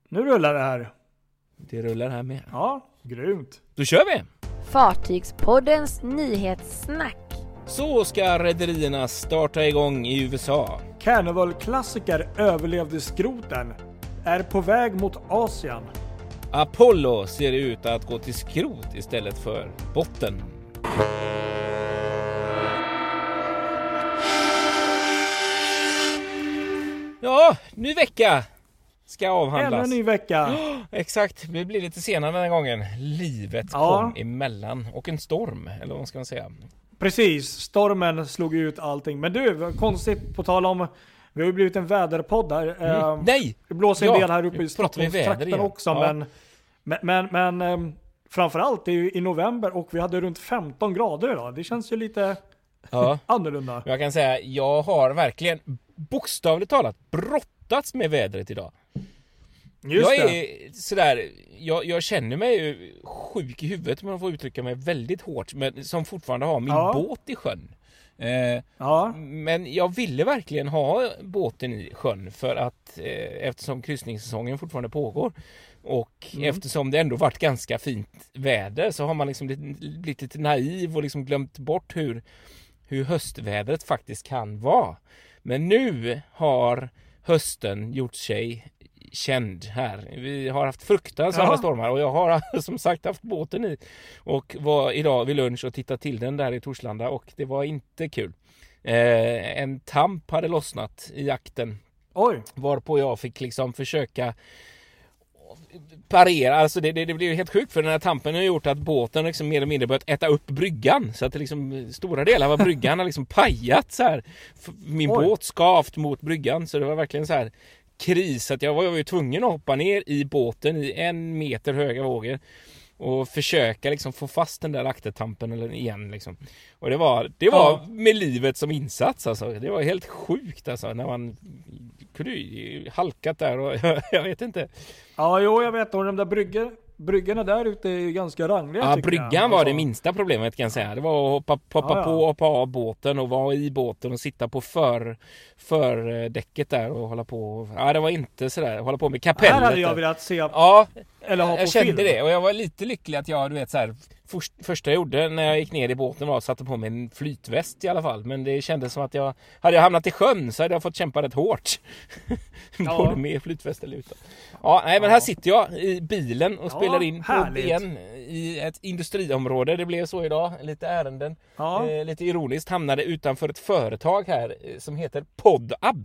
Nu rullar det här. Det rullar här med. Ja, grymt. Då kör vi! Fartygspoddens nyhetssnack. Så ska rederierna starta igång i USA. Carnival-klassiker överlevde skroten. Är på väg mot Asien. Apollo ser ut att gå till skrot istället för botten. Ja, ny vecka ska avhandlas. Ännu en ny vecka. Exakt, vi blir lite senare den här gången. Livet kom emellan. Och en storm, eller vad ska man säga? Precis, stormen slog ut allting. Men du, konstigt på tal om... Vi har ju blivit en väderpodd här. Nej! Det blåser en del här uppe i Stockholmstrakten också. Ja. Men framförallt det är ju i november och vi hade runt 15 grader idag. Det känns ju lite annorlunda. Jag kan säga, jag har verkligen bokstavligt talat brottats med vädret idag. Just jag är sådär, jag känner mig sjuk i huvudet, men jag får uttrycka mig väldigt hårt, men som fortfarande har min båt i sjön. Men jag ville verkligen ha båten i sjön för att eftersom kryssningssäsongen fortfarande pågår och eftersom det ändå varit ganska fint väder så har man liksom blivit lite naiv och liksom glömt bort hur höstvädret faktiskt kan vara. Men nu har hösten gjort sig känd här. Vi har haft fruktansvärda stormar och jag har som sagt haft båten i och var idag vid lunch och tittade till den där i Torslanda och det var inte kul. En tamp hade lossnat i jakten. Oj. Varpå jag fick liksom försöka parera, alltså det blev ju helt sjukt för den här tampen har gjort att båten liksom mer eller mindre börjat äta upp bryggan så att det liksom stora delar av bryggan har liksom pajat så här. Min båt skavt mot bryggan så det var verkligen så här kris att jag var ju tvungen att hoppa ner i båten i 1 meter höga vågor och försöka liksom få fast den där aktertampen eller igen liksom. Och det var med livet som insats alltså. Det var helt sjukt alltså när man kunde halkat där och jag vet inte. Ja, jo, jag vet. Och de där bryggorna där ute är ju ganska rangliga. Ja, bryggan var det minsta problemet kan jag säga. Det var att hoppa på och hoppa av båten och vara i båten och sitta på fördäcket där och hålla på. Ja, det var inte sådär. Hålla på med kapellet. Här hade jag velat se. Ja, eller ha på jag kände film. det och jag var lite lycklig att jag, du vet så här, första jag gjorde när jag gick ner i båten var att satte på mig en flytväst i alla fall. Men det kändes som att hade jag hamnat i sjön så hade jag fått kämpa rätt hårt. Både med flytväst eller utan. Ja, nej, men här sitter jag i bilen och spelar in podd igen i ett industriområde. Det blev så idag, lite ärenden. Lite ironiskt hamnade utanför ett företag här som heter Podab.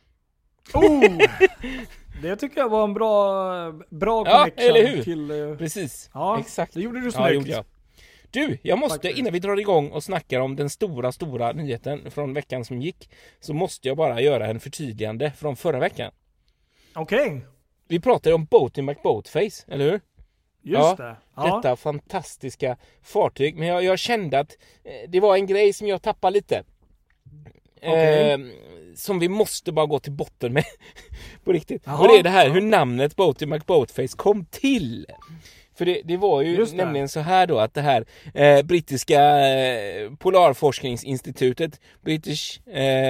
Det tycker jag var en bra connection. Eller hur? Till... Precis, ja, exakt. Det gjorde du snyggt. Gjorde jag. Du, jag måste innan vi drar igång och snackar om den stora nyheten från veckan som gick så måste jag bara göra en förtydligande från förra veckan. Okej. Vi pratade om Boaty McBoatface, eller hur? Just det. Ja. Detta fantastiska fartyg. Men jag kände att det var en grej som jag tappade lite. Som vi måste bara gå till botten med på riktigt. Och det är det här hur namnet Boaty McBoatface kom till. För det var ju nämligen så här då att det här brittiska polarforskningsinstitutet British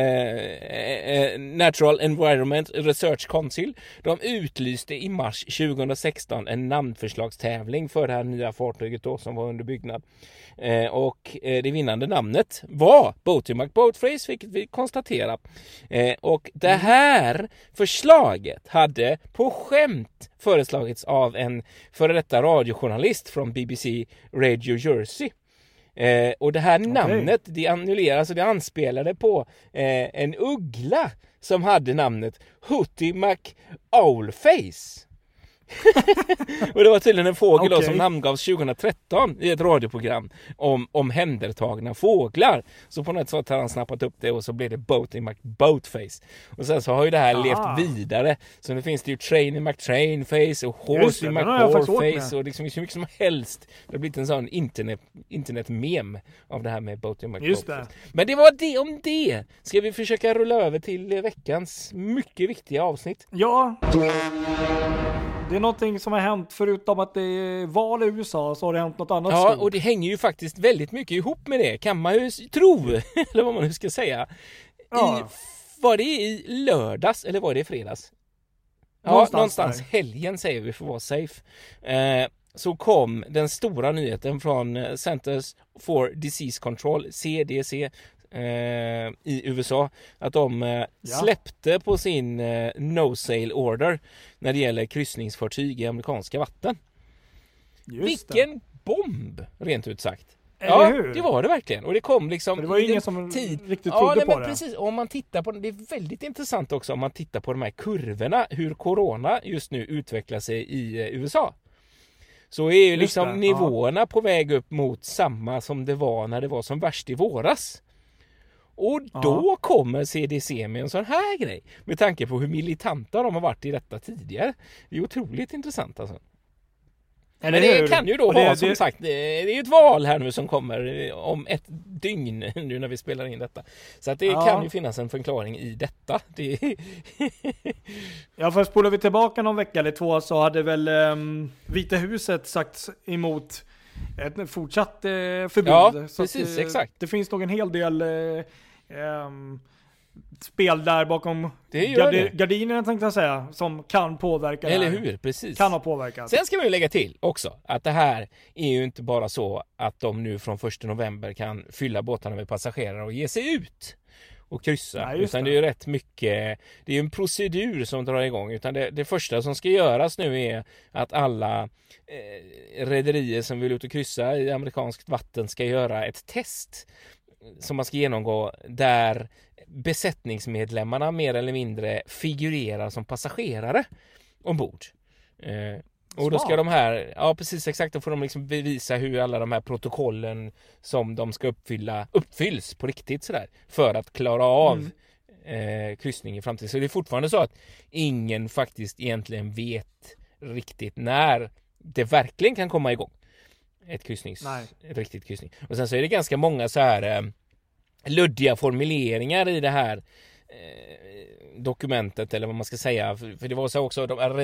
Natural Environment Research Council, de utlyste i mars 2016 en namnförslagstävling för det här nya fartyget då som var under byggnad. Och det vinnande namnet var Boaty McBoatface, vilket vi konstaterar. Och det här förslaget hade på skämt föreslagits av en före detta radiojournalist från BBC Radio Jersey. Och det här namnet, det anspelade på en uggla som hade namnet Hootie McOwlface. Och det var tydligen en fågel då, som namngavs 2013 i ett radioprogram om omhändertagna fåglar. Så på något sätt har han snappat upp det och så blev det Boaty McBoatface. Och sen så har ju det här levt vidare. Så nu finns det ju Trainy McTrainface och Horsey McHorseface och liksom så mycket som helst. Det har blivit en sån internet-mem av det här med Boaty McBoatface. Men det var det om det. Ska vi försöka rulla över till veckans mycket viktiga avsnitt? Ja. Det är någonting som har hänt förutom att det är val i USA så har det hänt något annat stort. Ja, och det hänger ju faktiskt väldigt mycket ihop med det. Kan man ju tro, eller vad man nu ska säga. Ja. Var det i lördags eller var det i fredags? någonstans helgen säger vi för att vara safe. Så kom den stora nyheten från Centers for Disease Control, CDC, i USA, att de släppte på sin no sail order när det gäller kryssningsfartyg i amerikanska vatten. Vilken bomb, rent ut sagt. Hur? Det var det verkligen. Och det kom liksom... För det var ingen som riktigt trodde på det. Precis. Om man tittar på det är väldigt intressant också om man tittar på de här kurvorna, hur corona just nu utvecklar sig i USA. Så är ju liksom nivåerna på väg upp mot samma som det var när det var som värst i våras. Och då kommer CDC med en sån här grej. Med tanke på hur militanta de har varit i detta tidigare. Det är otroligt intressant alltså. Men det kan ju då vara som sagt, det är ju ett val här nu som kommer om ett dygn nu när vi spelar in detta. Så att det kan ju finnas en förklaring i detta. Ja, för spolar vi tillbaka någon vecka eller två så hade väl Vita huset sagt emot ett fortsatt förbud. Ja, så precis, exakt. Det finns nog en hel del spel där bakom gardinerna tänkte jag säga, som kan påverka. Eller hur, precis. Kan ha påverkat. Sen ska vi lägga till också att det här är ju inte bara så att de nu från 1 november kan fylla båtarna med passagerare och ge sig ut och kryssa. Nej, utan det är ju rätt mycket, det är ju en procedur som drar igång. Utan det första som ska göras nu är att alla rederier som vill ut och kryssa i amerikanskt vatten ska göra ett test som man ska genomgå där besättningsmedlemmarna mer eller mindre figurerar som passagerare ombord. Och då ska de här, precis exakt, då får de liksom bevisa hur alla de här protokollen som de ska uppfylls på riktigt sådär, för att klara av kryssning i framtiden. Så det är fortfarande så att ingen faktiskt egentligen vet riktigt när det verkligen kan komma igång ett riktigt kryssning. Och sen så är det ganska många så här luddiga formuleringar i det här dokumentet, eller vad man ska säga, för det var så också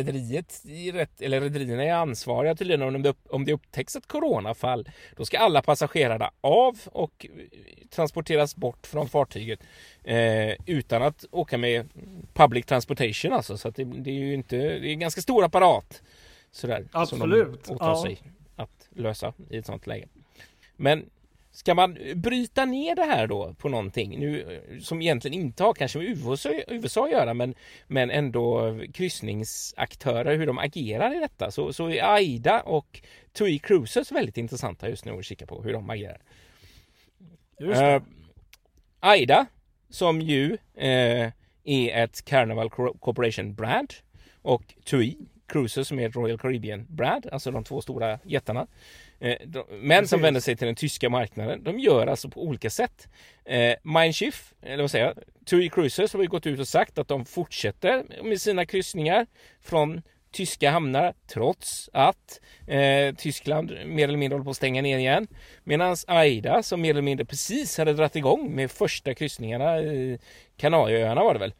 rederierna är ansvariga tydligen om det upptäcks ett coronafall, då ska alla passagerarna av och transporteras bort från fartyget utan att åka med public transportation alltså, så att det är ju inte, det är en ganska stor apparat sådär. Absolut. Som de åtar sig att lösa i ett sånt läge. Men ska man bryta ner det här då på någonting nu som egentligen inte har kanske med USA att göra, men ändå kryssningsaktörer, hur de agerar i detta, så är AIDA och TUI Cruises väldigt intressanta just nu att kika på hur de agerar. Just det. AIDA som ju är ett Carnival Corporation brand, och TUI Cruises som är ett Royal Caribbean brand, alltså de två stora jättarna. Men som vänder sig till den tyska marknaden. De gör alltså på olika sätt. Mein Schiff, eller vad säger jag, TUI Cruises har ju gått ut och sagt att de fortsätter med sina kryssningar från tyska hamnar trots att Tyskland mer eller mindre håller på att stänga ner igen. Medan AIDA, som mer eller mindre precis hade dratt igång med första kryssningarna i Kanarieöarna var det väl,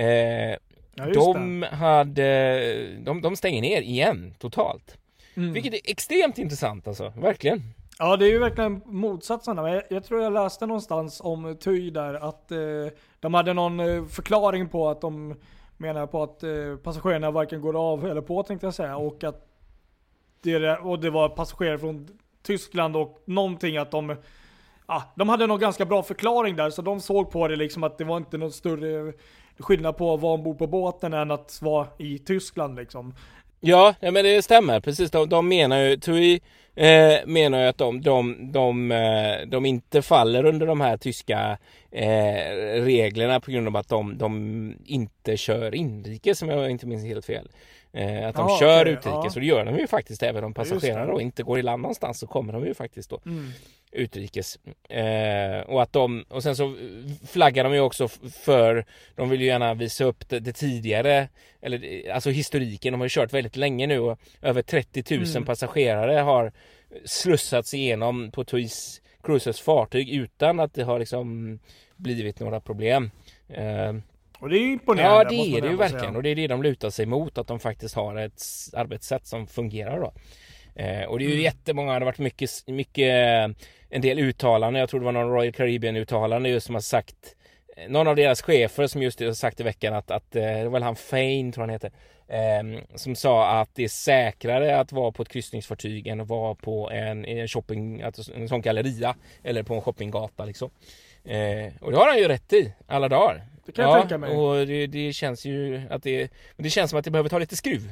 de stänger ner igen totalt. Vilket är extremt intressant alltså, verkligen. Ja, det är ju verkligen motsatsen. Men jag tror jag läste någonstans om TUI där att de hade någon förklaring på att de menar på att passagerarna varken går av eller på, tänkte jag säga, och att det var passagerare från Tyskland och någonting att de hade någon ganska bra förklaring där, så de såg på det liksom att det var inte någon större skillnad på att vara ombord på båten än att vara i Tyskland liksom. Ja, men det stämmer. Precis, de menar ju, TUI menar ju att de inte faller under de här tyska reglerna på grund av att de inte kör inrikes, som jag inte minns helt fel. Att de kör utrikes, och det gör de ju faktiskt även om passagerarna då inte går i land någonstans, så kommer de ju faktiskt då utrikes. Och sen så flaggar de ju också för, de vill ju gärna visa upp det tidigare, eller alltså historiken. De har ju kört väldigt länge nu och över 30 000 passagerare har slussats igenom på TUI Cruises fartyg utan att det har liksom blivit några problem. Och det är imponerande. Ja, det är det ju verkligen. Och det är det de lutar sig mot, att de faktiskt har ett arbetssätt som fungerar då. Och det är ju jättemånga, det har varit mycket en del uttalanden. Jag tror det var någon Royal Caribbean uttalande just som har sagt, någon av deras chefer som just har sagt i veckan att det var han Fane, tror han heter, som sa att det är säkrare att vara på ett kryssningsfartyg än att vara på en shopping, alltså en sån galleria eller på en shoppinggata liksom. Och det har han ju rätt i alla dagar. Det kan jag tänka mig. Och det känns ju att det känns som att det behöver ta lite skruv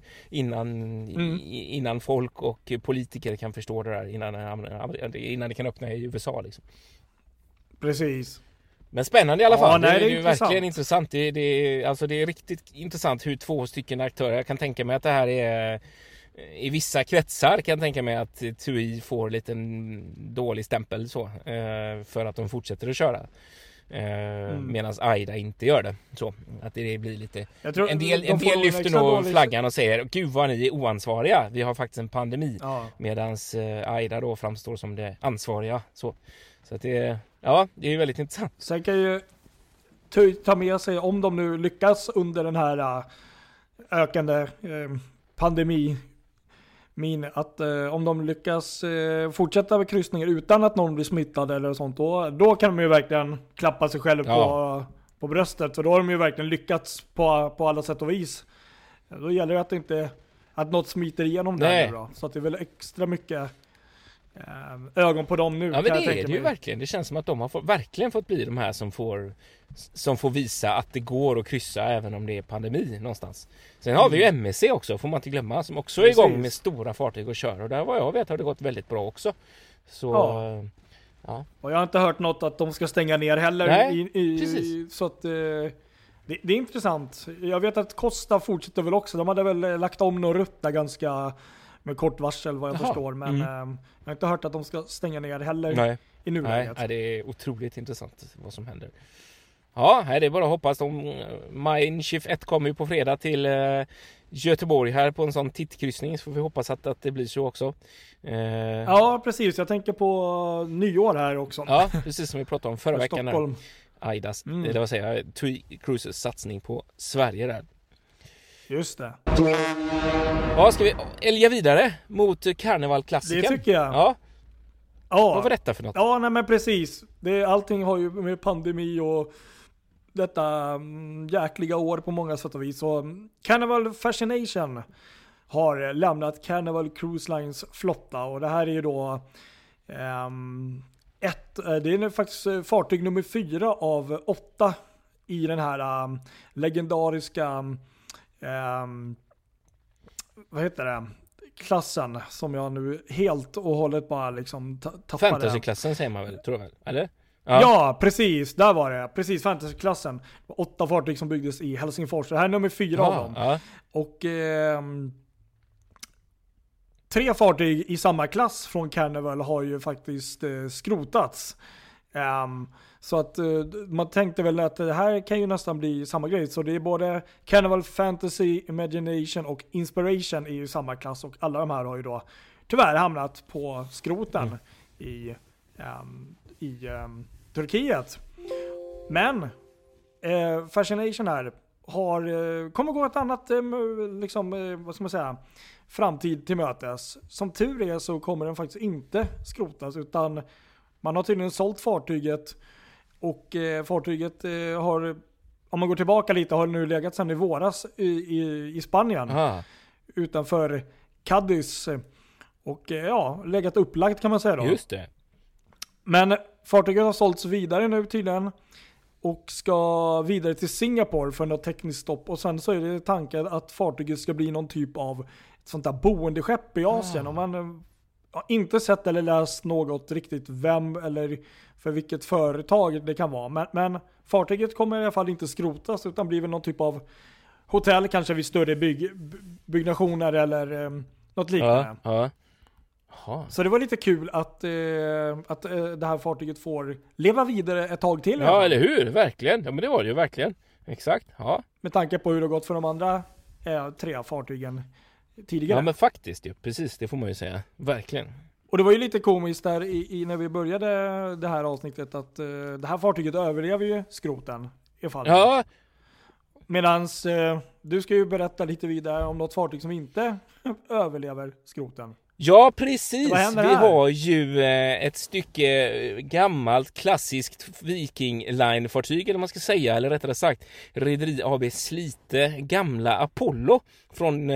innan folk och politiker kan förstå det där, innan det kan öppna i USA liksom. Precis. Men spännande i alla fall. Ja, det är verkligen intressant. Det är riktigt intressant hur 2 stycken aktörer, jag kan tänka mig att det här är i vissa kretsar, kan jag tänka mig att TUI får lite dålig stämpel så, för att de fortsätter att köra. Medan AIDA inte gör det. Så att det blir lite en del lyfter nog flaggan och säger gud vad ni är oansvariga. Vi har faktiskt en pandemi. Medan AIDA då framstår som det ansvariga. Så att det är väldigt intressant. Sen kan ju ta med sig, om de nu lyckas under den här ökande pandemi, att om de lyckas fortsätta med kryssningar utan att någon blir smittad eller sånt, då kan de ju verkligen klappa sig själv på bröstet, för då har de ju verkligen lyckats på alla sätt och vis. Då gäller det att något smiter igenom där då. Så att det är väl extra mycket ögon på dem nu. Ja, men det är det ju verkligen. Det känns som att de har verkligen fått bli de här som får visa att det går att kryssa även om det är pandemi någonstans. Sen har vi ju MSC också, får man inte glömma, som också är igång med stora fartyg och kör. Och där vad jag vet har det gått väldigt bra också. Så, ja. Och jag har inte hört något att de ska stänga ner heller. Nej, så att det är intressant. Jag vet att Costa fortsätter väl också. De hade väl lagt om några rutter ganska med kort varsel vad jag förstår. Men jag har inte hört att de ska stänga ner heller i nuläget. Nej, det är otroligt intressant vad som händer. Ja, det är bara att hoppas. Mein Schiff 1 kommer ju på fredag till Göteborg här på en sån tittkryssning. Så får vi hoppas att det blir så också. Ja, precis. Jag tänker på nyår här också. Ja, precis som vi pratade om förra veckan. Stockholm. Aidas, eller vad säger jag, TUI Cruises satsning på Sverige där. Just det. Ja, ska vi älga vidare mot Carnival-klassiken? Det tycker jag. Ja. Vad var detta för något? Ja, nej men precis. Allting har ju med pandemi och detta jäkliga år på många sätt och vis. Så Carnival Fascination har lämnat Carnival Cruise Lines flotta, och det här är ju då det är faktiskt fartyg nummer 4 av 8 i den här legendariska vad heter det? Klassen som jag nu helt och hållet bara liksom tappade. Fantasyklassen säger man väl, tror jag väl? Eller? Ja, precis. Där var det. Precis, fantasyklassen. 8 fartyg som byggdes i Helsingfors. Det här är nummer 4 av dem. Ja. Och 3 fartyg i samma klass från Carnival har ju faktiskt skrotats. Så att man tänkte väl att det här kan ju nästan bli samma grej. Så det är både Carnival Fantasy, Imagination och Inspiration i samma klass. Och alla de här har ju då tyvärr hamnat på skroten i Turkiet. Men Fascination här kommer gå ett annat vad ska man säga, framtid till mötes. Som tur är så kommer den faktiskt inte skrotas, utan man har tydligen sålt fartyget, och fartyget har, om man går tillbaka lite, har nu legat sedan i våras i Spanien. Utanför Cadiz, och legat upplagt kan man säga då. Just det. Men fartyget har sålts vidare nu tydligen och ska vidare till Singapore för något tekniskt stopp, och sen så är det tanken att fartyget ska bli någon typ av ett sånt där boendeskepp i Asien. Om man har inte sett eller läst något riktigt vem eller för vilket företag det kan vara, men fartyget kommer i alla fall inte skrotas, utan blir väl någon typ av hotell, kanske vid större byggnationer eller något liknande. Så det var lite kul att det här fartyget får leva vidare ett tag till. Ja, eller hur? Verkligen. Ja, men det var det ju verkligen. Exakt. Ja. Med tanke på hur det har gått för de andra 3 fartygen tidigare. Ja, men faktiskt ju. Precis, det får man ju säga. Verkligen. Och det var ju lite komiskt där när vi började det här avsnittet att det här fartyget överlever ju skroten i fallet. Ja. Medans du ska ju berätta lite vidare om något fartyg som inte överlever skroten. Ja, precis. Vad händer Vi här? har ju ett stycke gammalt klassiskt Viking Line-fartyg, eller vad man ska säga, eller rättare sagt Rederi AB Slite gamla Apollo från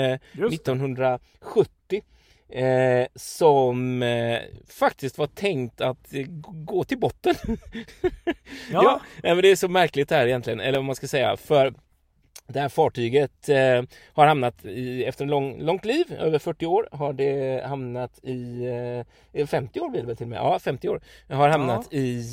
1970. Som faktiskt var tänkt att gå till botten. Ja, men det är så märkligt här egentligen, eller vad man ska säga, för det här fartyget har hamnat efter en långt liv, över 40 år, har det hamnat i 50 år blir det väl till och med. Ja, 50 år. Har hamnat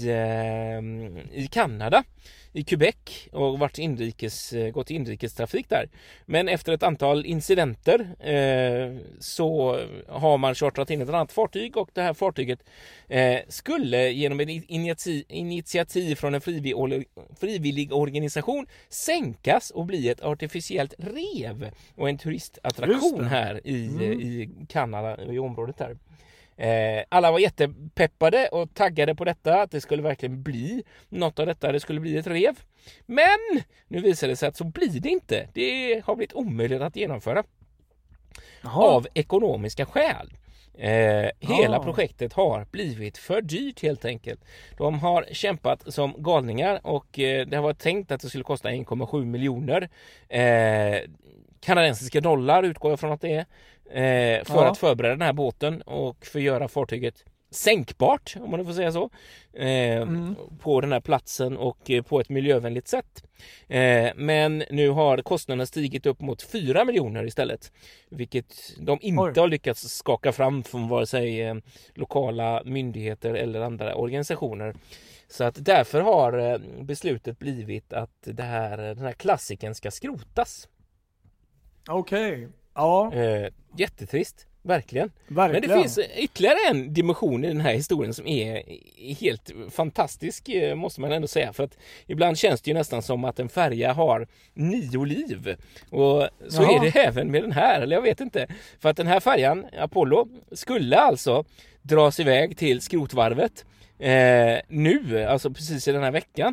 i Kanada, i Quebec, och gått inrikestrafik där. Men efter ett antal incidenter så har man chartrat in ett annat fartyg, och det här fartyget skulle genom en initiativ från en frivillig organisation sänkas och bli ett artificiellt rev och en turistattraktion här i Kanada, i området här. Alla var jättepeppade och taggade på detta, att det skulle verkligen bli något av detta, det skulle bli ett rev. Men nu visar det sig att så blir det inte. Det har blivit omöjligt att genomföra. Av ekonomiska skäl. Hela projektet har blivit för dyrt helt enkelt. De har kämpat som galningar, och det har varit tänkt att det skulle kosta 1,7 miljoner kanadensiska dollar, utgår jag från att det är, för att förbereda den här båten och för att göra fartyget sänkbart, om man får säga så, på den här platsen och på ett miljövänligt sätt. Men nu har kostnaderna stigit upp mot 4 miljoner istället, vilket de inte har lyckats skaka fram från vare sig lokala myndigheter eller andra organisationer. Så att därför har beslutet blivit att den här klassiken ska skrotas. Okej. Ja. Jättetrist, verkligen. Men det finns ytterligare en dimension i den här historien som är helt fantastisk, måste man ändå säga. För att ibland känns det ju nästan som att en färja har 9 liv. Och så är det även med den här, eller jag vet inte. För att den här färjan, Apollo, skulle alltså dras iväg till skrotvarvet nu, alltså precis i den här veckan.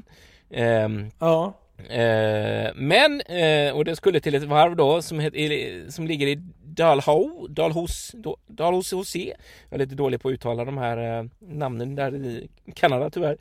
Men och det skulle till ett varv då som ligger i Dalhousie. Jag är lite dålig på att uttala de här namnen där i Kanada tyvärr.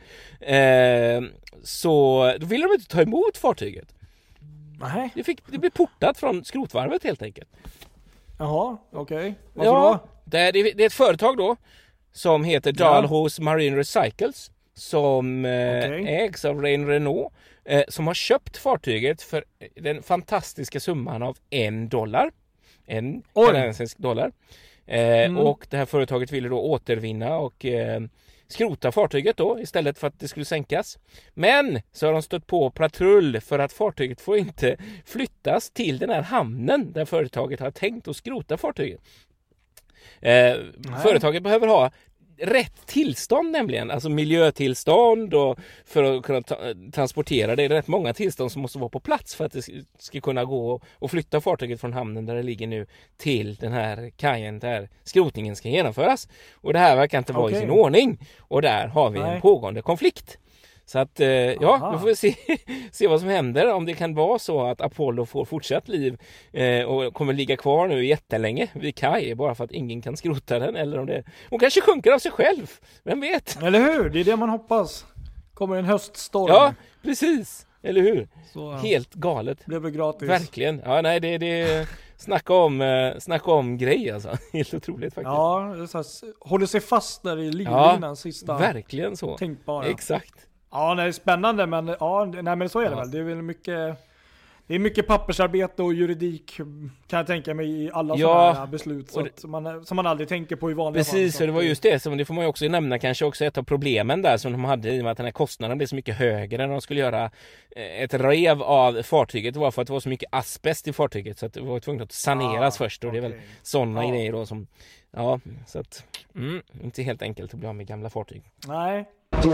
Så då ville de inte ta emot fartyget. Nej. Det blev portat från skrotvarvet helt enkelt. Jaha, okej. Varför då? Det är ett företag då som heter Dalhousie Marine Recycles, som ägs av Renault, som har köpt fartyget för den fantastiska summan av $1. En kanadensisk dollar. Och det här företaget ville då återvinna och skrota fartyget då istället för att det skulle sänkas. Men så har de stött på patrull för att fartyget får inte flyttas till den här hamnen där företaget har tänkt att skrota fartyget. Företaget behöver ha rätt tillstånd, nämligen, alltså miljötillstånd, och för att kunna transportera det är rätt många tillstånd som måste vara på plats för att det ska kunna gå och flytta fartyget från hamnen där det ligger nu till den här kajen där skrotningen ska genomföras. Och det här verkar inte vara i sin ordning, och där har vi en pågående konflikt. Så att nu får vi se vad som händer, om det kan vara så att Apollo får fortsatt liv och kommer ligga kvar nu jättelänge vid kaj bara för att ingen kan skrota den, eller om det hon kanske sjunker av sig själv, vem vet? Eller hur? Det är det man hoppas. Kommer en höststorm. Ja, precis. Eller hur? Så, helt galet. Blev det gratis. Verkligen. Ja, nej, det snacka om grej alltså. Helt otroligt faktiskt. Ja, det är så här, håller sig fast där i livlinan sista. Verkligen så. Tänkbara. Exakt. Ja, det är spännande, men men så är det väl. Det är väl mycket pappersarbete och juridik, kan jag tänka mig, i alla sådana här beslut som man aldrig tänker på i vanliga fall. Precis, och det var just det som det får man ju också nämna, kanske också ett av problemen där som de hade, i och med att den här kostnaden blev så mycket högre när de skulle göra ett rev av fartyget. Det var för att det var så mycket asbest i fartyget så att det var tvunget att saneras först, och det är väl sådana grejer då som så att inte helt enkelt att bli av med gamla fartyg. Nej.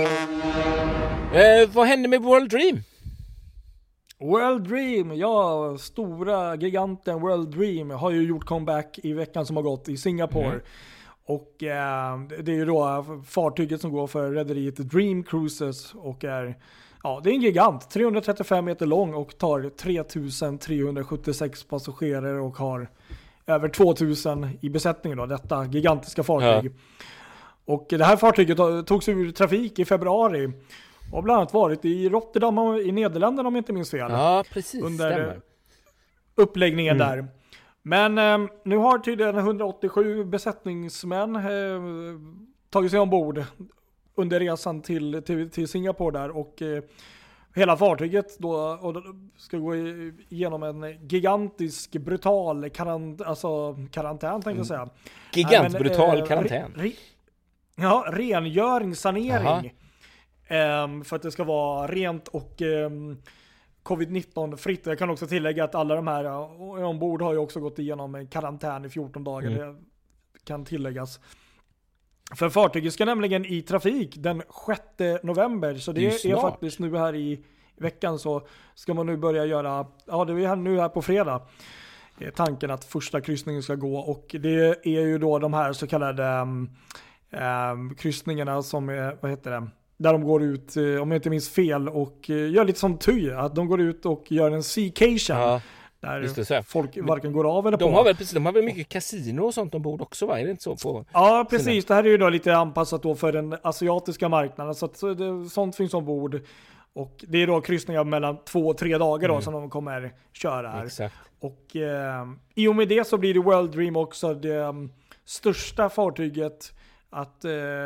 Vad hände med World Dream? World Dream, stora giganten World Dream har ju gjort comeback i veckan som har gått i Singapore. Och det är ju då fartyget som går för rederiet Dream Cruises och det är en gigant, 335 meter lång och tar 3376 passagerare och har över 2000 i besättningen då, detta gigantiska fartyg. Ja. Och det här fartyget togs ur trafik i februari och bland annat varit i Rotterdam i Nederländerna om jag inte minns fel. Ja, precis. Under stämmer. Uppläggningen där. Men nu har tydligen 187 besättningsmän tagit sig ombord under resan till Singapore där och hela fartyget då ska gå igenom en gigantisk brutal karantän tänkte jag säga. Brutal karantän. Rengöring, sanering. För att det ska vara rent och covid-19 fritt. Jag kan också tillägga att alla de här ombord har ju också gått igenom en karantän i 14 dagar. Det kan tilläggas. För fartyget ska nämligen i trafik den 6 november. Så det är faktiskt nu här i veckan så ska man nu börja göra, det är nu här på fredag. Tanken att första kryssningen ska gå och det är ju då de här så kallade kryssningarna som är, vad heter det? Där de går ut, om jag inte minns fel, och gör lite som TUI, att de går ut och gör en seacation. Där folk varken går av eller på. De har väl mycket kasino och sånt ombord också, va? Är det inte så på? Ja, precis. Det här är ju då lite anpassat då för den asiatiska marknaden. Så att sånt finns ombord. Och det är då kryssningar mellan 2 och 3 dagar då som de kommer köra här. Exakt. Och i och med det så blir det World Dream också det största fartyget att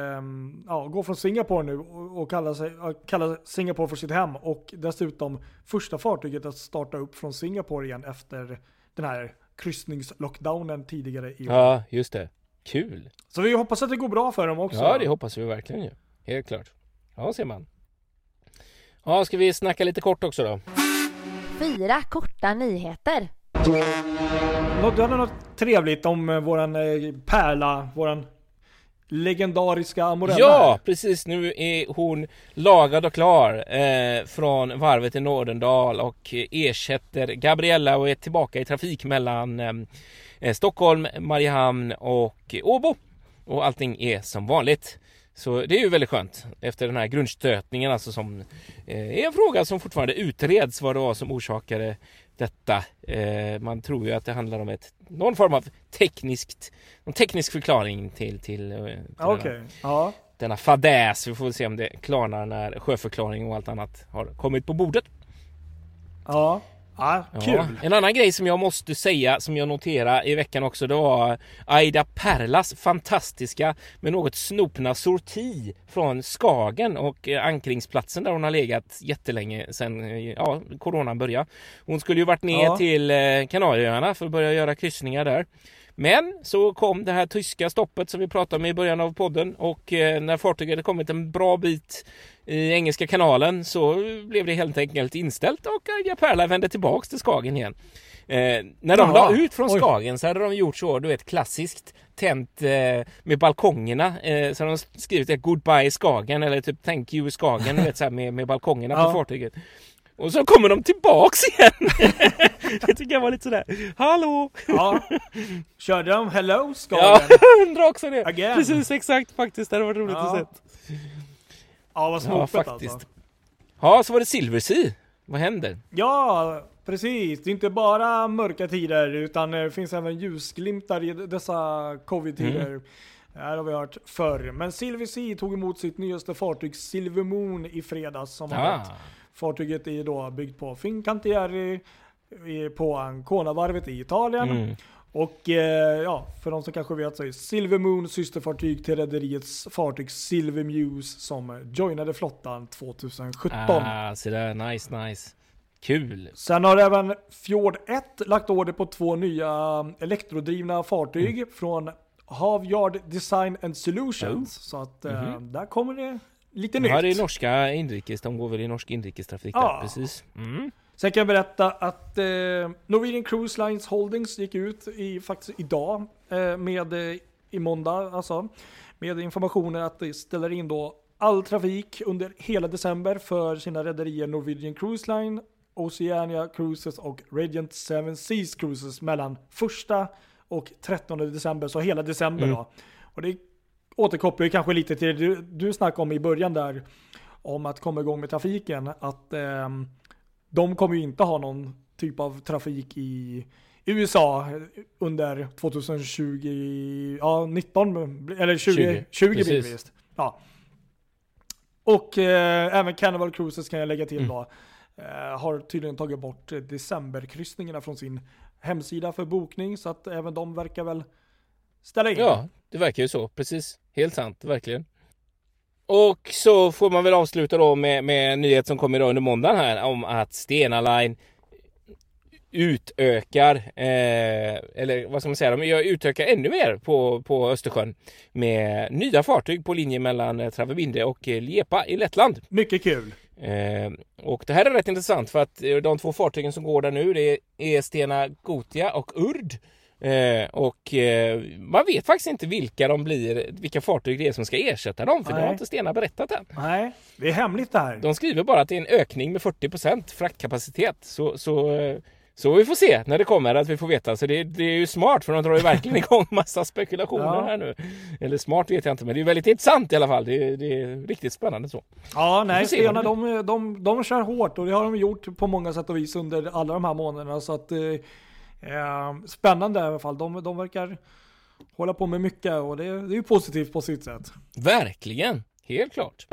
gå från Singapore nu och kalla Singapore för sitt hem och dessutom första fartyget att starta upp från Singapore igen efter den här kryssningslockdownen tidigare i år. Ja, just det. Kul. Så vi hoppas att det går bra för dem också. Ja, det hoppas vi verkligen ju. Helt klart. Ja, ser man. Ja, ska vi snacka lite kort också då? 4 korta nyheter. Du hade något trevligt om våran pärla, våran legendariska Amorella. Ja, precis. Nu är hon lagad och klar från varvet i Nordendal och ersätter Gabriella och är tillbaka i trafik mellan Stockholm, Mariehamn och Åbo. Och allting är som vanligt. Så det är ju väldigt skönt efter den här grundstötningen alltså som är en fråga som fortfarande utreds vad det var som orsakade detta. Man tror ju att det handlar om någon form av teknisk förklaring till denna fadäs. Vi får väl se om det klarnar när sjöförklaring och allt annat har kommit på bordet. Ja, kul. Ja. En annan grej som jag måste säga som jag noterade i veckan också, det var Aida Perlas fantastiska men något snopna sorti från Skagen och ankringsplatsen där hon har legat jättelänge sedan coronan började. Hon skulle ju varit ner till Kanarieöarna för att börja göra kryssningar där. Men så kom det här tyska stoppet som vi pratade om i början av podden och när fartyget hade kommit en bra bit i Engelska kanalen så blev det helt enkelt inställt och Aida Perla vände tillbaks till Skagen igen. När de la ut från Skagen så hade de gjort så, du vet, klassiskt tänt med balkongerna så hade de skrivit Goodbye Skagen eller typ Thank you Skagen, du vet, så här, med balkongerna på fartyget. Och så kommer de tillbaks igen. Det tycker jag var lite sådär. Hallå! Ja. Körde de Hello Skagen? Ja, undrar också det. Again. Precis, exakt faktiskt. Det hade varit roligt att se. Ja, vad snopet alltså. Ja, så var det Silversea. Vad händer? Ja, precis. Det är inte bara mörka tider utan det finns även ljusglimtar i dessa covid-tider. Det här har vi hört förr. Men Silversea tog emot sitt nyaste fartyg Silver Moon i fredags som fartyget är då byggt på Fincantieri på Ancona-varvet i Italien. Och för de som kanske vet så är Silver Moon systerfartyg till rederiets fartyg Silver Muse som joinade flottan 2017. Så det är nice. Kul. Sen har även Fjord 1 lagt order på 2 nya elektrodrivna fartyg från Havyard Design and Solutions. Så att där kommer det lite nytt. Ja, det är norska inrikes. De går väl i norsk inrikestrafik där, precis. Sen kan jag berätta att Norwegian Cruise Lines Holdings gick ut faktiskt idag i måndag alltså, med informationer att de ställer in då all trafik under hela december för sina rederier Norwegian Cruise Line, Oceania Cruises och Radiant Seven Seas Cruises mellan 1 och 13 december, så hela december då. Och det återkopplar ju kanske lite till det du snackade om i början där om att komma igång med trafiken, att de kommer ju inte ha någon typ av trafik i USA under 2020, ja 19 eller 20 blir det visst. Ja. Och även Carnival Cruises kan jag lägga till då. Har tydligen tagit bort decemberkryssningarna från sin hemsida för bokning, så att även de verkar väl ställa in. Ja, det verkar ju så. Precis. Helt sant, verkligen. Och så får man väl avsluta då med en nyhet som kommer idag under måndagen här om att Stena Line utökar, eller vad ska man säga, de utökar ännu mer på Östersjön med nya fartyg på linje mellan Travemünde och Liepa i Lettland. Mycket kul. Och det här är rätt intressant för att de två fartygen som går där nu, det är Stena Gothia och Urd. Man vet faktiskt inte vilka fartyg det är som ska ersätta dem, för det har inte Stena berättat än. Nej, det är hemligt det här. De skriver bara att det är en ökning med 40% fraktkapacitet, så vi får se när det kommer att vi får veta. Så det är ju smart, för de drar ju verkligen igång massa spekulationer här nu. Eller smart vet jag inte, men det är väldigt intressant i alla fall. Det är riktigt spännande så. Ja, nej, Stena de kör hårt, och det har de gjort på många sätt och vis under alla de här månaderna, så att spännande i alla fall. De verkar hålla på med mycket, och det är ju positivt på sitt sätt. Verkligen, helt klart.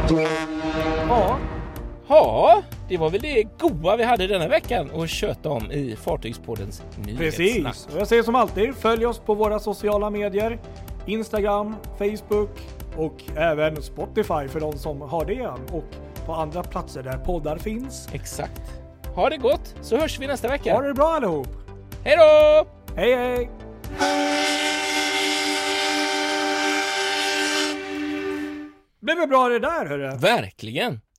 Ja, det var väl det goda vi hade denna veckan och köta om i Fartygspoddens nyhetssnack. Precis, och jag säger som alltid, följ oss på våra sociala medier, Instagram, Facebook och även Spotify för de som har det, och på andra platser där poddar finns. Exakt. Ha det gott, så hörs vi nästa vecka. Ha det bra allihop. Hej då! Hej hej! Blev det bra det där, hörru? Verkligen.